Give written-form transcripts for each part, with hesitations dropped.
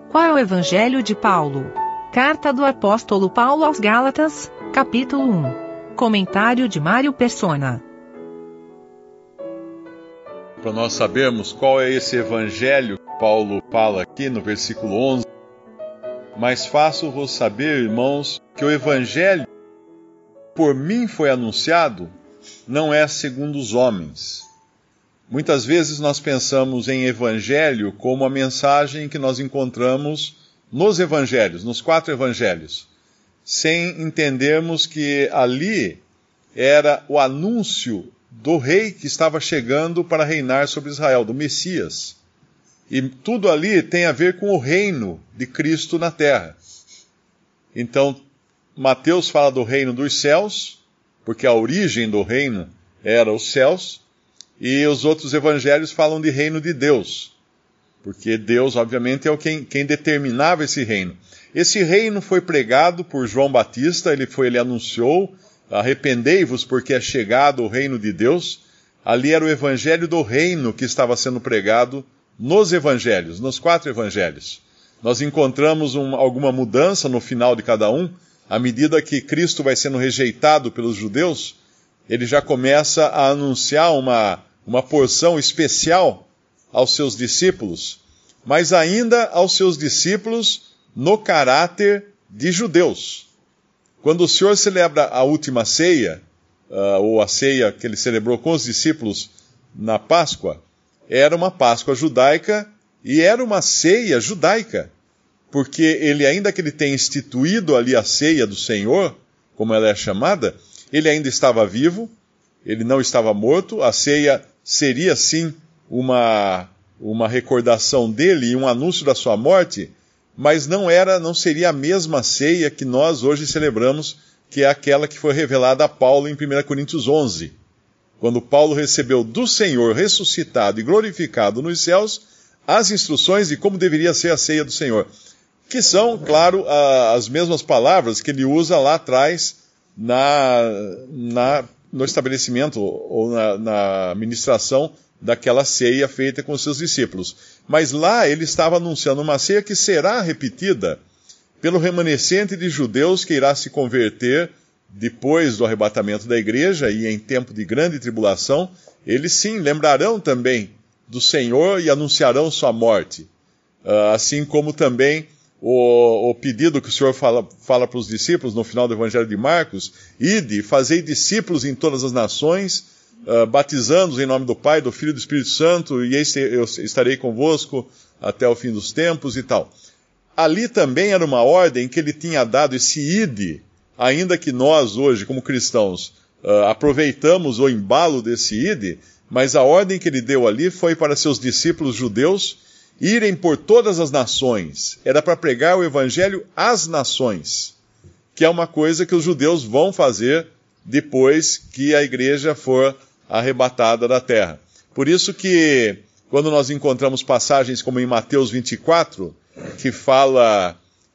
Qual é o Evangelho de Paulo? Carta do Apóstolo Paulo aos Gálatas, capítulo 1. Comentário de Mário Persona. Para nós sabermos qual é esse Evangelho que Paulo fala aqui no versículo 11, mais fácil vos saber, irmãos, que o Evangelho por mim foi anunciado não é segundo os homens. Muitas vezes nós pensamos em Evangelho como a mensagem que nós encontramos nos Evangelhos, nos 4 Evangelhos, sem entendermos que ali era o anúncio do rei que estava chegando para reinar sobre Israel, do Messias. E tudo ali tem a ver com o reino de Cristo na terra. Então, Mateus fala do reino dos céus, porque a origem do reino era os céus, e os outros evangelhos falam de reino de Deus, porque Deus, obviamente, é quem determinava esse reino. Esse reino foi pregado por João Batista, ele anunciou: arrependei-vos porque é chegado o reino de Deus. Ali era o evangelho do reino que estava sendo pregado nos evangelhos, nos 4 evangelhos. Nós encontramos alguma mudança no final de cada um. À medida que Cristo vai sendo rejeitado pelos judeus, ele já começa a anunciar uma porção especial aos seus discípulos, mas ainda aos seus discípulos no caráter de judeus. Quando o Senhor celebra a última ceia, ou a ceia que ele celebrou com os discípulos na Páscoa, era uma Páscoa judaica e era uma ceia judaica, porque ele, ainda que ele tenha instituído ali a ceia do Senhor, como ela é chamada, ele ainda estava vivo, ele não estava morto. A ceia seria sim uma recordação dele e um anúncio da sua morte, mas não seria a mesma ceia que nós hoje celebramos, que é aquela que foi revelada a Paulo em 1 Coríntios 11. Quando Paulo recebeu do Senhor ressuscitado e glorificado nos céus as instruções de como deveria ser a ceia do Senhor, que são, claro, as mesmas palavras que ele usa lá atrás no estabelecimento ou na ministração daquela ceia feita com os seus discípulos. Mas lá ele estava anunciando uma ceia que será repetida pelo remanescente de judeus que irá se converter depois do arrebatamento da igreja e em tempo de grande tribulação. Eles sim lembrarão também do Senhor e anunciarão sua morte. Assim como também o pedido que o Senhor fala para os discípulos no final do Evangelho de Marcos: ide, fazei discípulos em todas as nações, batizando-os em nome do Pai, do Filho e do Espírito Santo, e eis eu estarei convosco até o fim dos tempos e tal. Ali também era uma ordem que ele tinha dado, esse ide, ainda que nós hoje, como cristãos, aproveitamos o embalo desse ide, mas a ordem que ele deu ali foi para seus discípulos judeus irem por todas as nações. Era para pregar o evangelho às nações, que é uma coisa que os judeus vão fazer depois que a igreja for arrebatada da terra. Por isso que, quando nós encontramos passagens como em Mateus 24, que fala,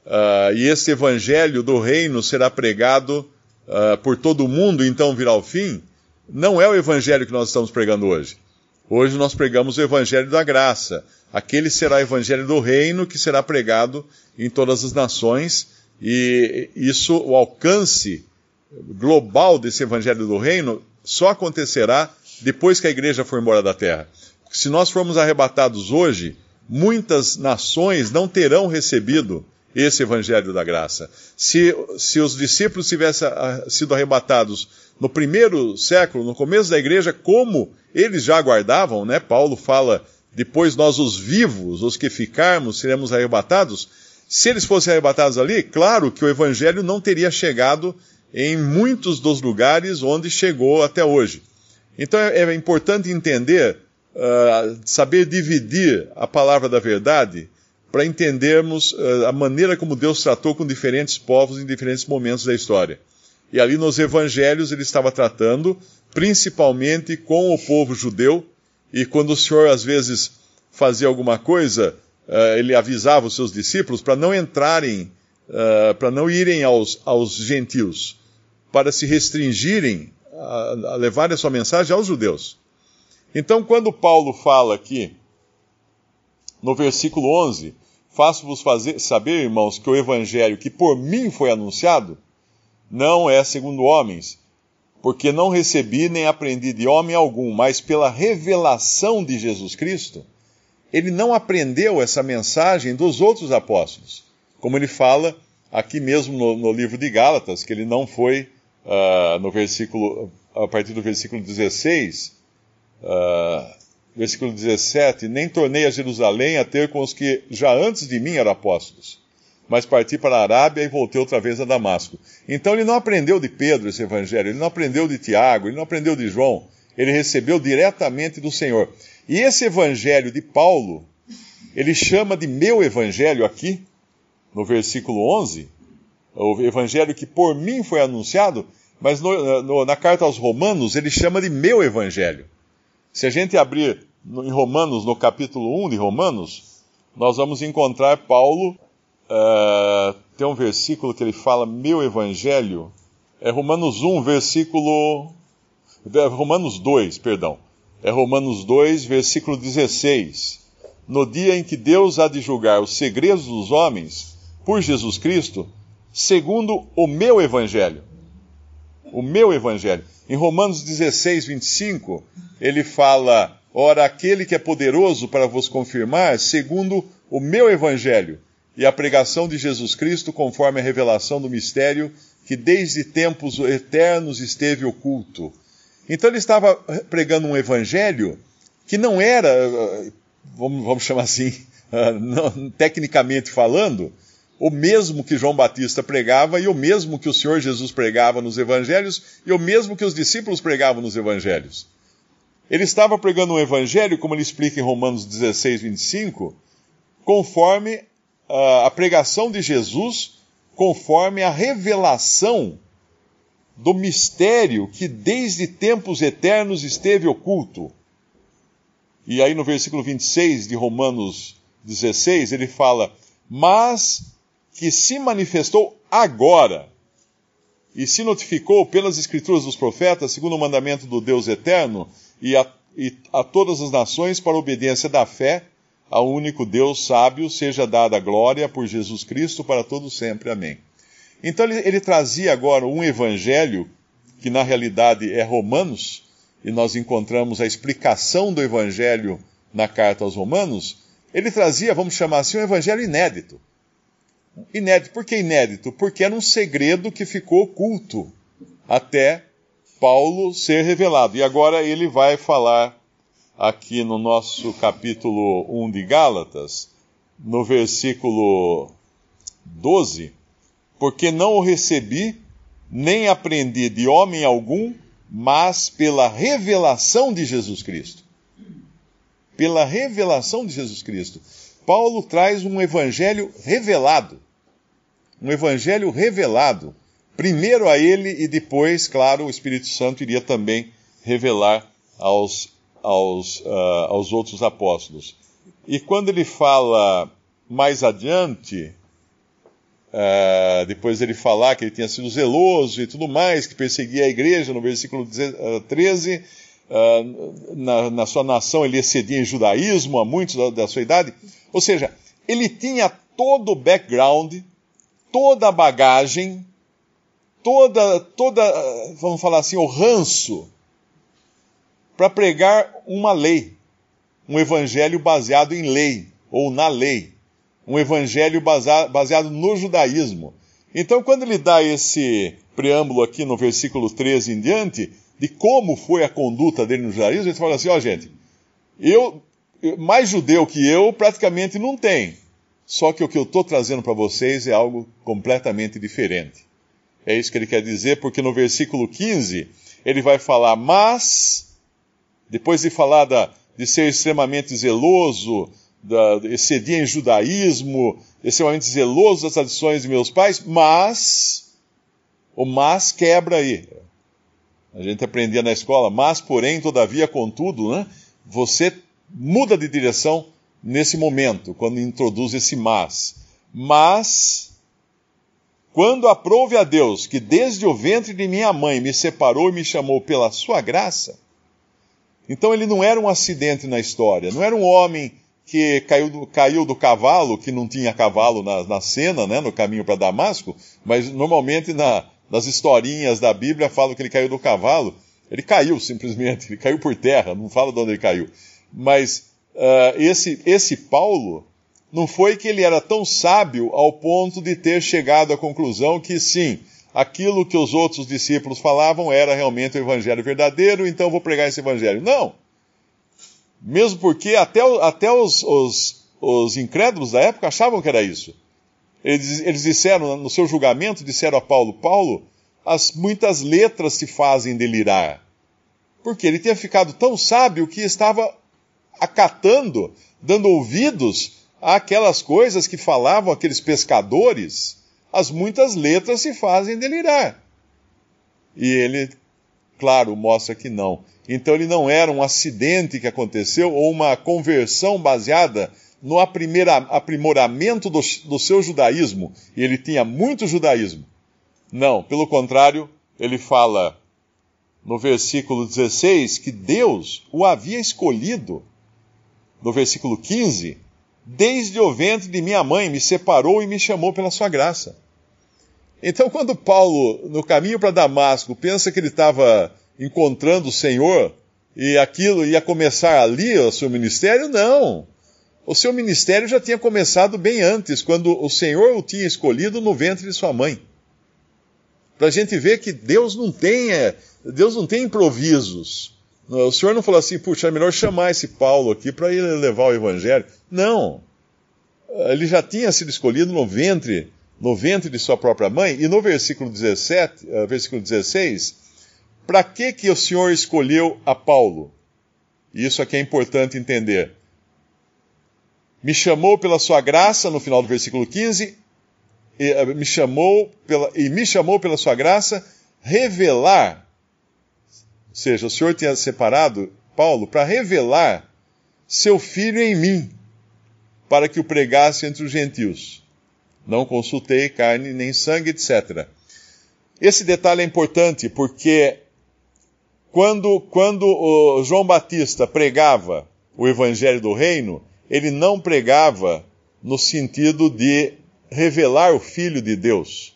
e este evangelho do reino será pregado por todo o mundo, então virá o fim, não é o evangelho que nós estamos pregando hoje. Hoje nós pregamos o evangelho da graça. Aquele será o evangelho do reino que será pregado em todas as nações, e isso, o alcance global desse evangelho do reino, só acontecerá depois que a igreja for embora da terra. Se nós formos arrebatados hoje, muitas nações não terão recebido esse evangelho da graça. Se os discípulos tivessem sido arrebatados no primeiro século, no começo da igreja, como eles já aguardavam, né? Paulo fala: depois nós os vivos, os que ficarmos, seremos arrebatados. Se eles fossem arrebatados ali, claro que o evangelho não teria chegado em muitos dos lugares onde chegou até hoje. Então é importante entender, saber dividir a palavra da verdade, para entendermos a maneira como Deus tratou com diferentes povos em diferentes momentos da história. E ali nos evangelhos ele estava tratando principalmente com o povo judeu, e quando o Senhor às vezes fazia alguma coisa, ele avisava os seus discípulos para não entrarem, para não irem aos gentios, para se restringirem a levar a sua mensagem aos judeus. Então, quando Paulo fala aqui, no versículo 11, faço-vos saber, irmãos, que o evangelho que por mim foi anunciado não é segundo homens, porque não recebi nem aprendi de homem algum, mas pela revelação de Jesus Cristo. Ele não aprendeu essa mensagem dos outros apóstolos, como ele fala aqui mesmo no livro de Gálatas, que ele não foi, a partir do versículo 16, versículo 17, nem tornei a Jerusalém a ter com os que já antes de mim eram apóstolos, mas parti para a Arábia e voltei outra vez a Damasco. Então ele não aprendeu de Pedro esse evangelho, ele não aprendeu de Tiago, ele não aprendeu de João, ele recebeu diretamente do Senhor. E esse evangelho de Paulo, ele chama de meu evangelho aqui, no versículo 11, o evangelho que por mim foi anunciado, mas na carta aos Romanos ele chama de meu evangelho. Se a gente abrir em Romanos, no capítulo 1 de Romanos, nós vamos encontrar Paulo, tem um versículo que ele fala meu evangelho, é Romanos 2, versículo 16. No dia em que Deus há de julgar os segredos dos homens por Jesus Cristo, segundo o meu evangelho. O meu evangelho. Em Romanos 16, 25, ele fala, ora, aquele que é poderoso para vos confirmar, segundo o meu evangelho, e a pregação de Jesus Cristo, conforme a revelação do mistério, que desde tempos eternos esteve oculto. Então ele estava pregando um evangelho que não era, vamos chamar assim, tecnicamente falando, o mesmo que João Batista pregava e o mesmo que o Senhor Jesus pregava nos evangelhos e o mesmo que os discípulos pregavam nos evangelhos. Ele estava pregando um evangelho, como ele explica em Romanos 16, 25, conforme a pregação de Jesus, conforme a revelação do mistério que desde tempos eternos esteve oculto. E aí no versículo 26 de Romanos 16, ele fala, mas que se manifestou agora e se notificou pelas escrituras dos profetas, segundo o mandamento do Deus eterno, e a todas as nações para a obediência da fé, ao único Deus sábio, seja dada a glória por Jesus Cristo para todo sempre. Amém. Então ele trazia agora um evangelho, que na realidade é Romanos, e nós encontramos a explicação do evangelho na carta aos Romanos. Ele trazia, vamos chamar assim, um evangelho inédito. Inédito. Por que inédito? Porque era um segredo que ficou oculto até Paulo ser revelado. E agora ele vai falar aqui no nosso capítulo 1 de Gálatas, no versículo 12, porque não o recebi, nem aprendi de homem algum, mas pela revelação de Jesus Cristo. Pela revelação de Jesus Cristo. Paulo traz um evangelho revelado. Um evangelho revelado. Primeiro a ele e depois, claro, o Espírito Santo iria também revelar aos outros apóstolos. E quando ele fala mais adiante, depois ele falar que ele tinha sido zeloso e tudo mais, que perseguia a igreja, no versículo 13, na sua nação ele excedia em judaísmo a muitos da sua idade. Ou seja, ele tinha todo o background, toda a bagagem, toda, vamos falar assim, o ranço, para pregar uma lei, um evangelho baseado em lei, ou na lei, um evangelho baseado no judaísmo. Então, quando ele dá esse preâmbulo aqui no versículo 13 em diante, de como foi a conduta dele no judaísmo, ele fala assim, gente, mais judeu que eu praticamente não tem, só que o que eu estou trazendo para vocês é algo completamente diferente. É isso que ele quer dizer, porque no versículo 15, ele vai falar, mas, depois de falar de ser extremamente zeloso, excedia em judaísmo, extremamente zeloso das tradições de meus pais, mas, o mas quebra aí. A gente aprendia na escola, mas, porém, todavia, contudo, né? Você muda de direção nesse momento, quando introduz esse mas. Mas, quando aprouve a Deus, que desde o ventre de minha mãe me separou e me chamou pela sua graça. Então ele não era um acidente na história, não era um homem que caiu do cavalo, que não tinha cavalo na cena, né, no caminho para Damasco, mas normalmente nas historinhas da Bíblia falam que ele caiu do cavalo. Ele caiu simplesmente, ele caiu por terra, não fala de onde ele caiu. Mas esse Paulo, não foi que ele era tão sábio ao ponto de ter chegado à conclusão que sim, aquilo que os outros discípulos falavam era realmente o evangelho verdadeiro, então eu vou pregar esse evangelho. Não! Mesmo porque até os incrédulos da época achavam que era isso. Eles disseram, no seu julgamento, disseram a Paulo, Paulo, muitas letras te fazem delirar. Porque ele tinha ficado tão sábio que estava acatando, dando ouvidos àquelas coisas que falavam aqueles pescadores. As muitas letras se fazem delirar. E ele, claro, mostra que não. Então ele não era um acidente que aconteceu ou uma conversão baseada no aprimoramento do seu judaísmo. E ele tinha muito judaísmo. Não, pelo contrário, ele fala no versículo 16 que Deus o havia escolhido. No versículo 15, desde o ventre de minha mãe me separou e me chamou pela sua graça. Então, quando Paulo, no caminho para Damasco, pensa que ele estava encontrando o Senhor e aquilo ia começar ali o seu ministério, não. O seu ministério já tinha começado bem antes, quando o Senhor o tinha escolhido no ventre de sua mãe. Para a gente ver que Deus não tem improvisos. O Senhor não falou assim, puxa, é melhor chamar esse Paulo aqui para ele levar o evangelho. Não. Ele já tinha sido escolhido no ventre de sua própria mãe. E no versículo 16, para que o Senhor escolheu a Paulo? Isso aqui é importante entender. Me chamou pela sua graça, no final do versículo 15, me chamou pela sua graça, revelar. Ou seja, o Senhor tinha separado Paulo para revelar seu Filho em mim, para que o pregasse entre os gentios. Não consultei carne nem sangue, etc. Esse detalhe é importante porque quando o João Batista pregava o Evangelho do Reino, ele não pregava no sentido de revelar o Filho de Deus.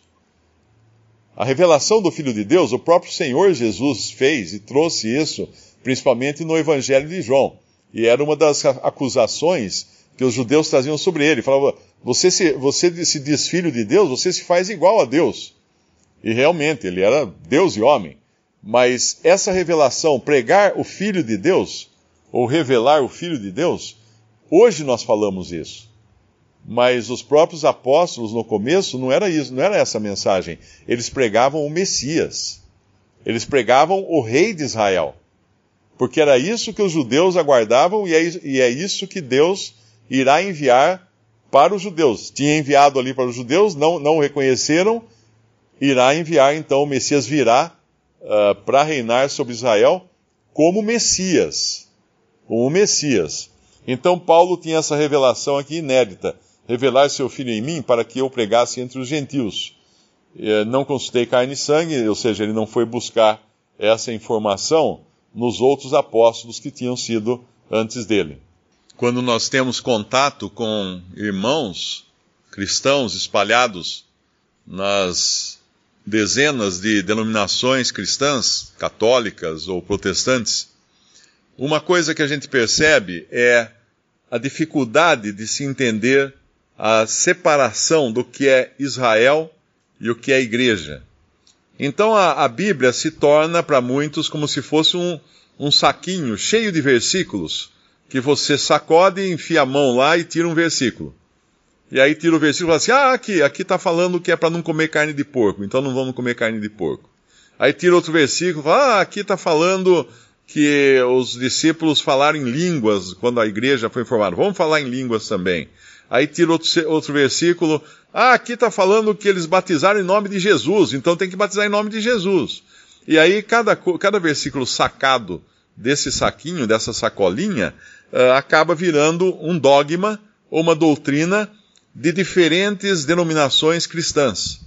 A revelação do Filho de Deus, o próprio Senhor Jesus fez e trouxe isso, principalmente no Evangelho de João. E era uma das acusações que os judeus traziam sobre ele. Falavam, você se diz Filho de Deus, você se faz igual a Deus. E realmente, ele era Deus e homem. Mas essa revelação, pregar o Filho de Deus, ou revelar o Filho de Deus, hoje nós falamos isso. Mas os próprios apóstolos no começo não era isso, não era essa a mensagem. Eles pregavam o Messias. Eles pregavam o Rei de Israel. Porque era isso que os judeus aguardavam e é isso que Deus irá enviar para os judeus. Tinha enviado ali para os judeus, não o reconheceram, irá enviar, então o Messias virá para reinar sobre Israel como Messias. Como Messias. Então Paulo tinha essa revelação aqui inédita. Revelar seu Filho em mim para que eu pregasse entre os gentios. Não consultei carne e sangue, ou seja, ele não foi buscar essa informação nos outros apóstolos que tinham sido antes dele. Quando nós temos contato com irmãos cristãos espalhados nas dezenas de denominações cristãs, católicas ou protestantes, uma coisa que a gente percebe é a dificuldade de se entender a separação do que é Israel e o que é igreja. Então a Bíblia se torna para muitos como se fosse um saquinho cheio de versículos que você sacode, enfia a mão lá e tira um versículo. E aí tira o versículo e fala assim, aqui está falando que é para não comer carne de porco, então não vamos comer carne de porco. Aí tira outro versículo e fala, aqui está falando que os discípulos falaram em línguas quando a igreja foi formada, vamos falar em línguas também. Aí tira outro versículo, aqui está falando que eles batizaram em nome de Jesus, então tem que batizar em nome de Jesus. E aí cada versículo sacado desse saquinho, dessa sacolinha, acaba virando um dogma ou uma doutrina de diferentes denominações cristãs.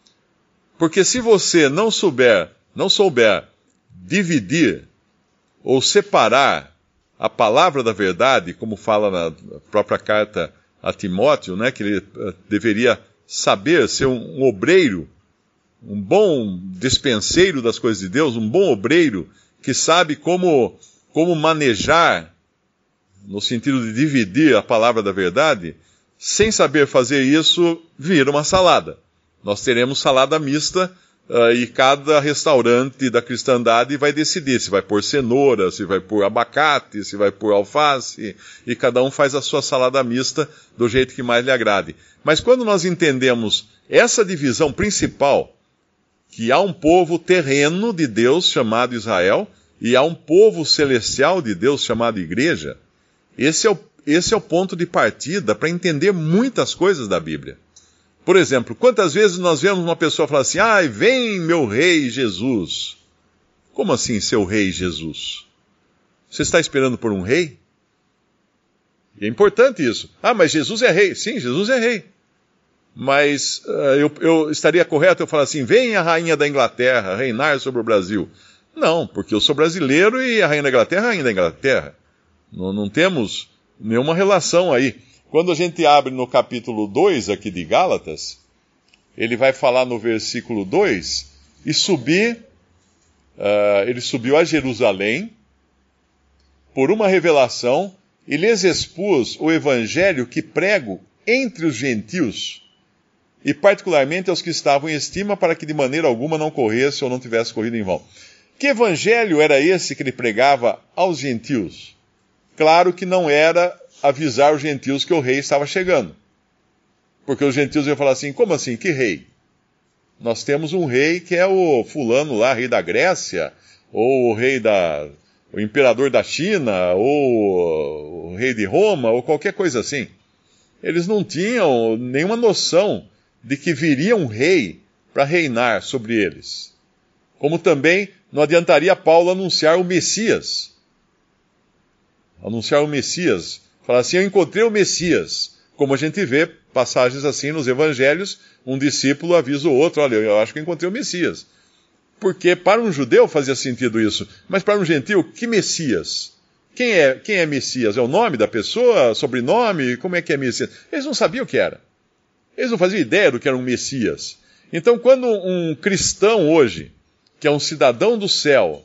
Porque se você não souber dividir ou separar a palavra da verdade, como fala na própria carta a Timóteo, né, que ele deveria saber ser um obreiro, um bom despenseiro das coisas de Deus, um bom obreiro que sabe como manejar, no sentido de dividir a palavra da verdade. Sem saber fazer isso, vira uma salada. Nós teremos salada mista, e cada restaurante da cristandade vai decidir se vai pôr cenoura, se vai pôr abacate, se vai pôr alface, e cada um faz a sua salada mista do jeito que mais lhe agrade. Mas quando nós entendemos essa divisão principal, que há um povo terreno de Deus chamado Israel, e há um povo celestial de Deus chamado Igreja, esse é o ponto de partida para entender muitas coisas da Bíblia. Por exemplo, quantas vezes nós vemos uma pessoa falar assim: ai, vem meu rei Jesus. Como assim, seu rei Jesus? Você está esperando por um rei? E é importante isso. Ah, mas Jesus é rei. Sim, Jesus é rei. Mas eu estaria correto eu falar assim: vem a rainha da Inglaterra reinar sobre o Brasil. Não, porque eu sou brasileiro e a rainha da Inglaterra é a rainha da Inglaterra. Não temos nenhuma relação aí. Quando a gente abre no capítulo 2 aqui de Gálatas, ele vai falar no versículo 2, ele subiu a Jerusalém por uma revelação e lhes expôs o evangelho que prego entre os gentios, e particularmente aos que estavam em estima, para que de maneira alguma não corresse ou não tivesse corrido em vão. Que evangelho era esse que ele pregava aos gentios? Claro que não era avisar os gentios que o rei estava chegando. Porque os gentios iam falar assim: como assim? Que rei? Nós temos um rei que é o fulano lá, rei da Grécia, ou o imperador da China, ou o rei de Roma, ou qualquer coisa assim. Eles não tinham nenhuma noção de que viria um rei para reinar sobre eles. Como também não adiantaria Paulo anunciar o Messias. Falar assim: eu encontrei o Messias. Como a gente vê passagens assim nos evangelhos, um discípulo avisa o outro: olha, eu acho que encontrei o Messias. Porque para um judeu fazia sentido isso. Mas para um gentil, que Messias? Quem é Messias? É o nome da pessoa? Sobrenome? Como é que é Messias? Eles não sabiam o que era. Eles não faziam ideia do que era um Messias. Então, quando um cristão hoje, que é um cidadão do céu,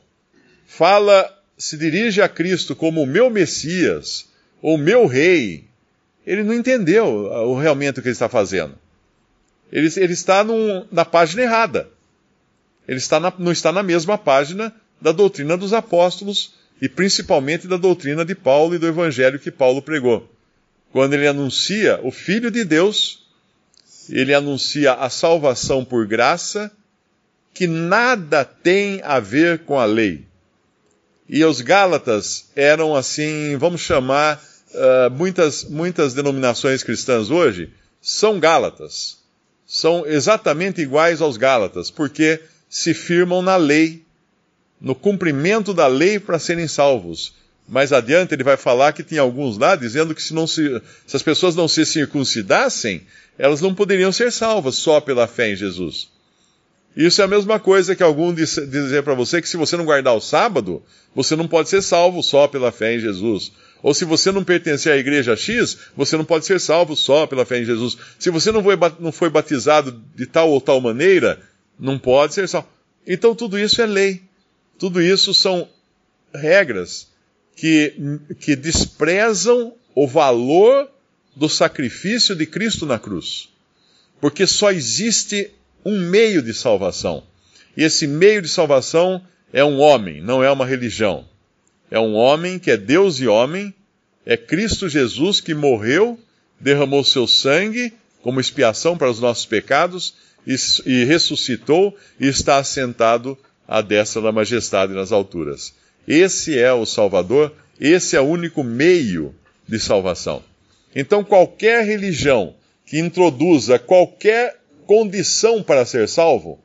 se dirige a Cristo como o meu Messias, ou meu rei, ele não entendeu realmente o que ele está fazendo. Ele está na página errada. Ele não está na mesma página da doutrina dos apóstolos, e principalmente da doutrina de Paulo e do evangelho que Paulo pregou. Quando ele anuncia o Filho de Deus, ele anuncia a salvação por graça, que nada tem a ver com a lei. E os Gálatas eram assim, vamos chamar, muitas denominações cristãs hoje são Gálatas. São exatamente iguais aos Gálatas, porque se firmam na lei, no cumprimento da lei para serem salvos. Mais adiante ele vai falar que tinha alguns lá dizendo que se as pessoas não se circuncidassem, elas não poderiam ser salvas só pela fé em Jesus. Isso é a mesma coisa que algum dizer para você que se você não guardar o sábado, você não pode ser salvo só pela fé em Jesus. Ou se você não pertencer à igreja X, você não pode ser salvo só pela fé em Jesus. Se você não foi batizado de tal ou tal maneira, não pode ser salvo. Então tudo isso é lei. Tudo isso são regras que desprezam o valor do sacrifício de Cristo na cruz. Porque só existe um meio de salvação. E esse meio de salvação é um homem, não é uma religião. É um homem que é Deus e homem, é Cristo Jesus que morreu, derramou seu sangue como expiação para os nossos pecados e ressuscitou e está assentado à destra da majestade nas alturas. Esse é o Salvador, esse é o único meio de salvação. Então qualquer religião que introduza qualquer condição para ser salvo,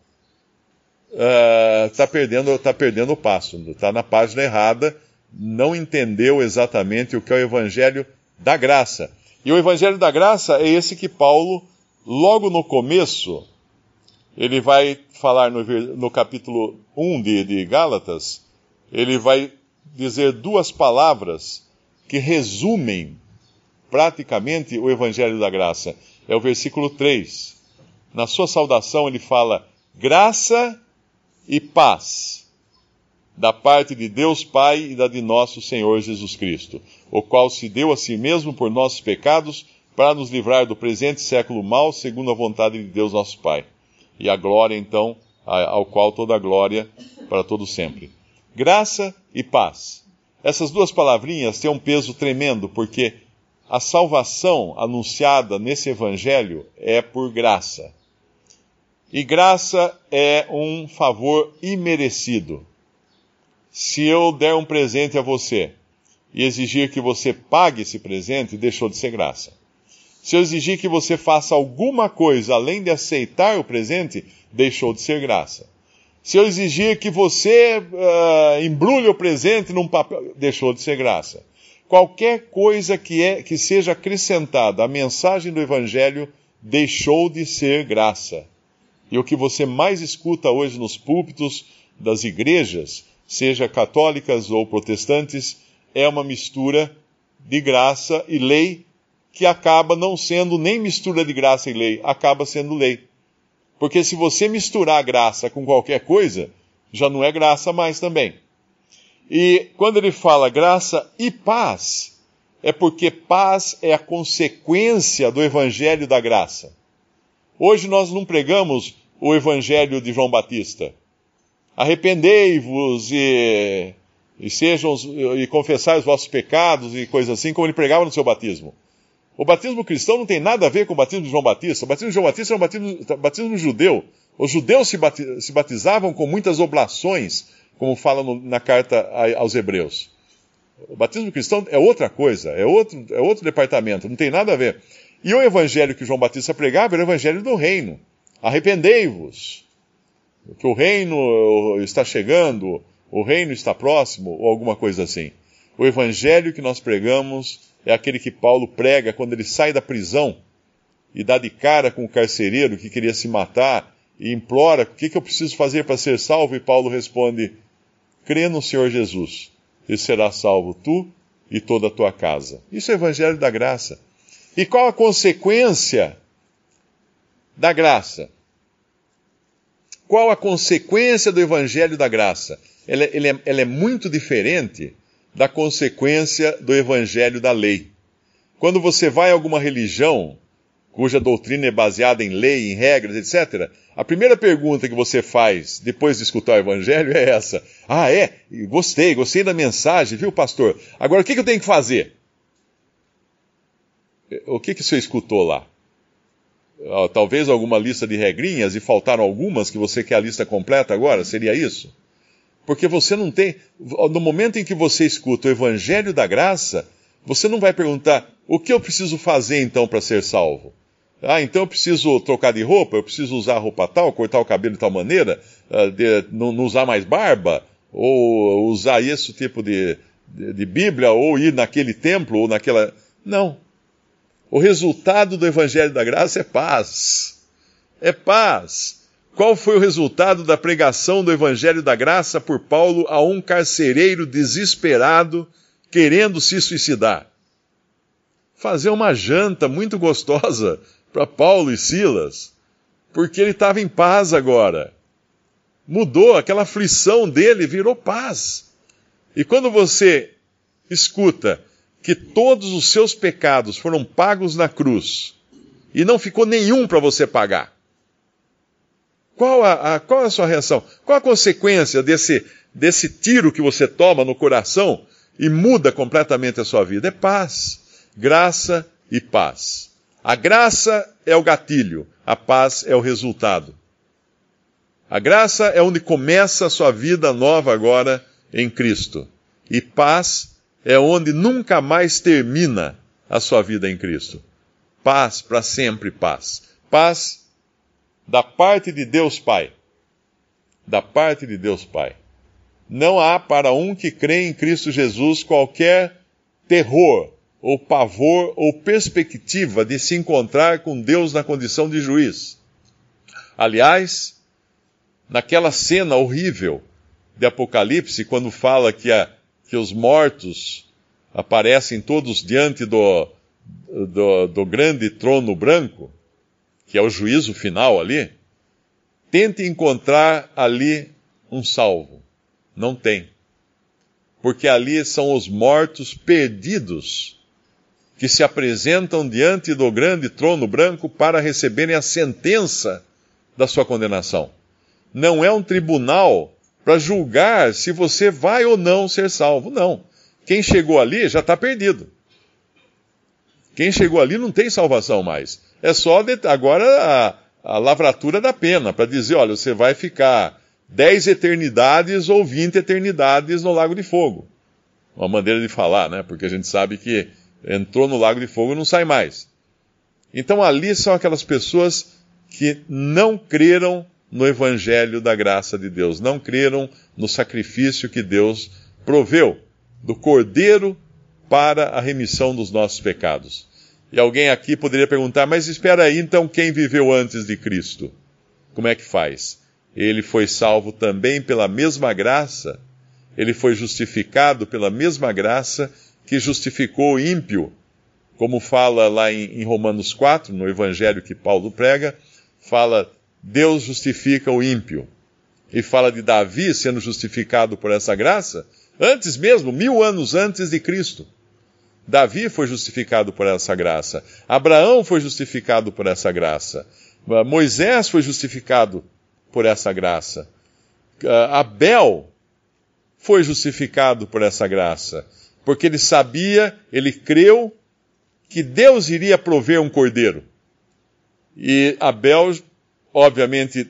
está perdendo o passo, está na página errada, não entendeu exatamente o que é o Evangelho da Graça. E o Evangelho da Graça é esse que Paulo, logo no começo, ele vai falar no capítulo 1 de Gálatas, ele vai dizer duas palavras que resumem praticamente o Evangelho da Graça. É o versículo 3. Na sua saudação ele fala: graça e paz da parte de Deus Pai e da de nosso Senhor Jesus Cristo, o qual se deu a si mesmo por nossos pecados, para nos livrar do presente século mau, segundo a vontade de Deus nosso Pai. E a glória, então, ao qual toda a glória para todo sempre. Graça e paz. Essas duas palavrinhas têm um peso tremendo, porque a salvação anunciada nesse Evangelho é por graça. E graça é um favor imerecido. Se eu der um presente a você e exigir que você pague esse presente, deixou de ser graça. Se eu exigir que você faça alguma coisa além de aceitar o presente, deixou de ser graça. Se eu exigir que você embrulhe o presente num papel, deixou de ser graça. Qualquer coisa que seja acrescentada à mensagem do Evangelho deixou de ser graça. E o que você mais escuta hoje nos púlpitos das igrejas, seja católicas ou protestantes, é uma mistura de graça e lei, que acaba não sendo nem mistura de graça e lei, acaba sendo lei. Porque se você misturar graça com qualquer coisa, já não é graça mais também. E quando ele fala graça e paz, é porque paz é a consequência do Evangelho da graça. Hoje nós não pregamos o Evangelho de João Batista. Arrependei-vos e confessai os vossos pecados e coisas assim, como ele pregava no seu batismo. O batismo cristão não tem nada a ver com o batismo de João Batista. O batismo de João Batista é um batismo judeu. Os judeus se batizavam com muitas oblações, como fala na carta aos Hebreus. O batismo cristão é outra coisa, é outro departamento, não tem nada a ver. E o evangelho que João Batista pregava era o evangelho do reino. Arrependei-vos, que o reino está chegando, o reino está próximo, ou alguma coisa assim. O evangelho que nós pregamos é aquele que Paulo prega quando ele sai da prisão e dá de cara com o carcereiro que queria se matar e implora: o que eu preciso fazer para ser salvo? E Paulo responde: crê no Senhor Jesus e serás salvo tu e toda a tua casa. Isso é o evangelho da graça. E qual a consequência da graça? Qual a consequência do evangelho da graça? Ela é muito diferente da consequência do evangelho da lei. Quando você vai a alguma religião cuja doutrina é baseada em lei, em regras, etc., a primeira pergunta que você faz depois de escutar o evangelho é essa: ah, é? Gostei da mensagem, viu, pastor? Agora, o que eu tenho que fazer? O que você escutou lá? Talvez alguma lista de regrinhas e faltaram algumas que você quer a lista completa agora? Seria isso? Porque você não tem... No momento em que você escuta o evangelho da graça, você não vai perguntar: o que eu preciso fazer então para ser salvo? Ah, então eu preciso trocar de roupa, eu preciso usar roupa tal, cortar o cabelo de tal maneira, não usar mais barba, ou usar esse tipo de Bíblia, ou ir naquele templo, ou naquela... Não. O resultado do evangelho da graça é paz. É paz. Qual foi o resultado da pregação do evangelho da graça por Paulo a um carcereiro desesperado querendo se suicidar? Fazer uma janta muito gostosa para Paulo e Silas, porque ele estava em paz agora. Mudou, aquela aflição dele virou paz. E quando você escuta que todos os seus pecados foram pagos na cruz e não ficou nenhum para você pagar, qual a sua reação? Qual a consequência desse tiro que você toma no coração e muda completamente a sua vida? É paz, graça e paz. A graça é o gatilho, a paz é o resultado. A graça é onde começa a sua vida nova agora em Cristo. E paz é onde nunca mais termina a sua vida em Cristo. Paz, para sempre paz. Paz da parte de Deus Pai. Da parte de Deus Pai. Não há para um que crê em Cristo Jesus qualquer terror, ou pavor, ou perspectiva de se encontrar com Deus na condição de juiz. Aliás, naquela cena horrível de Apocalipse, quando fala que os mortos aparecem todos diante do grande trono branco, que é o juízo final ali, tente encontrar ali um salvo. Não tem. Porque ali são os mortos perdidos que se apresentam diante do grande trono branco para receberem a sentença da sua condenação. Não é um tribunal para julgar se você vai ou não ser salvo. Não. Quem chegou ali já está perdido. Quem chegou ali não tem salvação mais. É só agora a lavratura da pena, para dizer, olha, você vai ficar 10 eternidades ou 20 eternidades no lago de fogo. Uma maneira de falar, né? Porque a gente sabe que entrou no lago de fogo e não sai mais. Então ali são aquelas pessoas que não creram no evangelho da graça de Deus, não creram no sacrifício que Deus proveu do Cordeiro para a remissão dos nossos pecados. E alguém aqui poderia perguntar, mas espera aí, então quem viveu antes de Cristo? Como é que faz? Ele foi salvo também pela mesma graça, ele foi justificado pela mesma graça que justificou o ímpio, como fala lá em Romanos 4, no evangelho que Paulo prega, fala, Deus justifica o ímpio. E fala de Davi sendo justificado por essa graça, antes mesmo, 1000 anos antes de Cristo. Davi foi justificado por essa graça. Abraão foi justificado por essa graça. Moisés foi justificado por essa graça. Abel foi justificado por essa graça. Porque ele sabia, ele creu que Deus iria prover um cordeiro. E Abel, obviamente,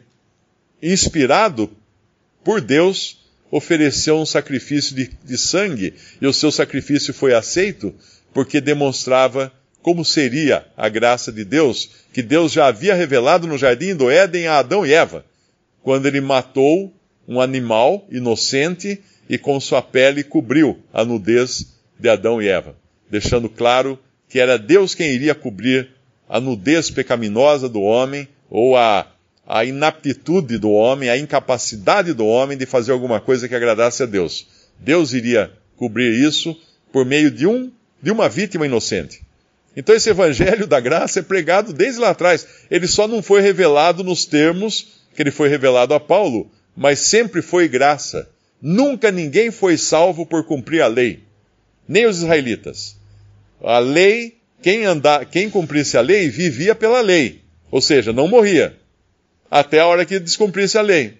inspirado por Deus, ofereceu um sacrifício de sangue, e o seu sacrifício foi aceito, porque demonstrava como seria a graça de Deus, que Deus já havia revelado no jardim do Éden a Adão e Eva, quando ele matou um animal inocente e com sua pele cobriu a nudez de Adão e Eva, deixando claro que era Deus quem iria cobrir a nudez pecaminosa do homem, ou a inaptitude do homem, a incapacidade do homem de fazer alguma coisa que agradasse a Deus. Deus iria cobrir isso por meio de uma vítima inocente. Então esse evangelho da graça é pregado desde lá atrás. Ele só não foi revelado nos termos que ele foi revelado a Paulo, mas sempre foi graça. Nunca ninguém foi salvo por cumprir a lei. Nem os israelitas. A lei, quem cumprisse a lei, vivia pela lei. Ou seja, não morria. Até a hora que descumprisse a lei.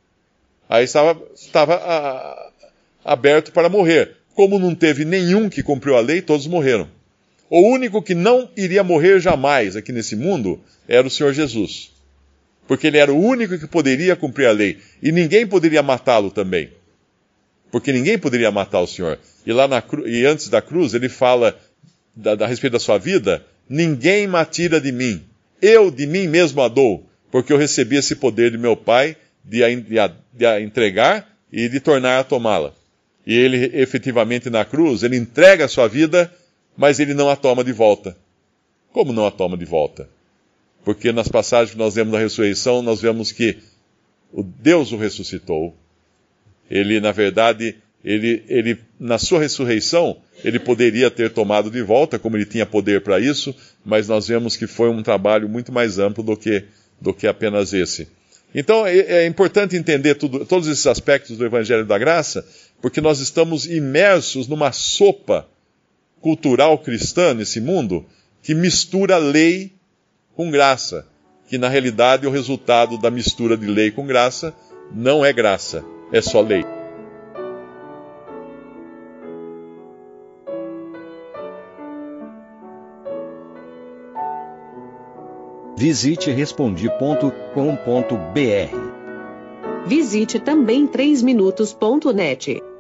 Aí estava aberto para morrer. Como não teve nenhum que cumpriu a lei, todos morreram. O único que não iria morrer jamais aqui nesse mundo era o Senhor Jesus. Porque ele era o único que poderia cumprir a lei. E ninguém poderia matá-lo também. Porque ninguém poderia matar o Senhor. E antes da cruz, ele fala a respeito da sua vida, ninguém me tira de mim. Eu de mim mesmo a dou. Porque eu recebi esse poder de meu Pai de a entregar e de tornar a tomá-la. E ele, efetivamente, na cruz, ele entrega a sua vida, mas ele não a toma de volta. Como não a toma de volta? Porque nas passagens que nós vemos da ressurreição, nós vemos que Deus o ressuscitou. Ele, na verdade, ele na sua ressurreição, ele poderia ter tomado de volta, como ele tinha poder para isso, mas nós vemos que foi um trabalho muito mais amplo do que apenas esse. Então é importante entender todos esses aspectos do Evangelho da Graça, porque nós estamos imersos numa sopa cultural cristã nesse mundo, que mistura lei com graça, que na realidade o resultado da mistura de lei com graça não é graça, é só lei. Visite Respondi.com.br. Visite também 3minutos.net.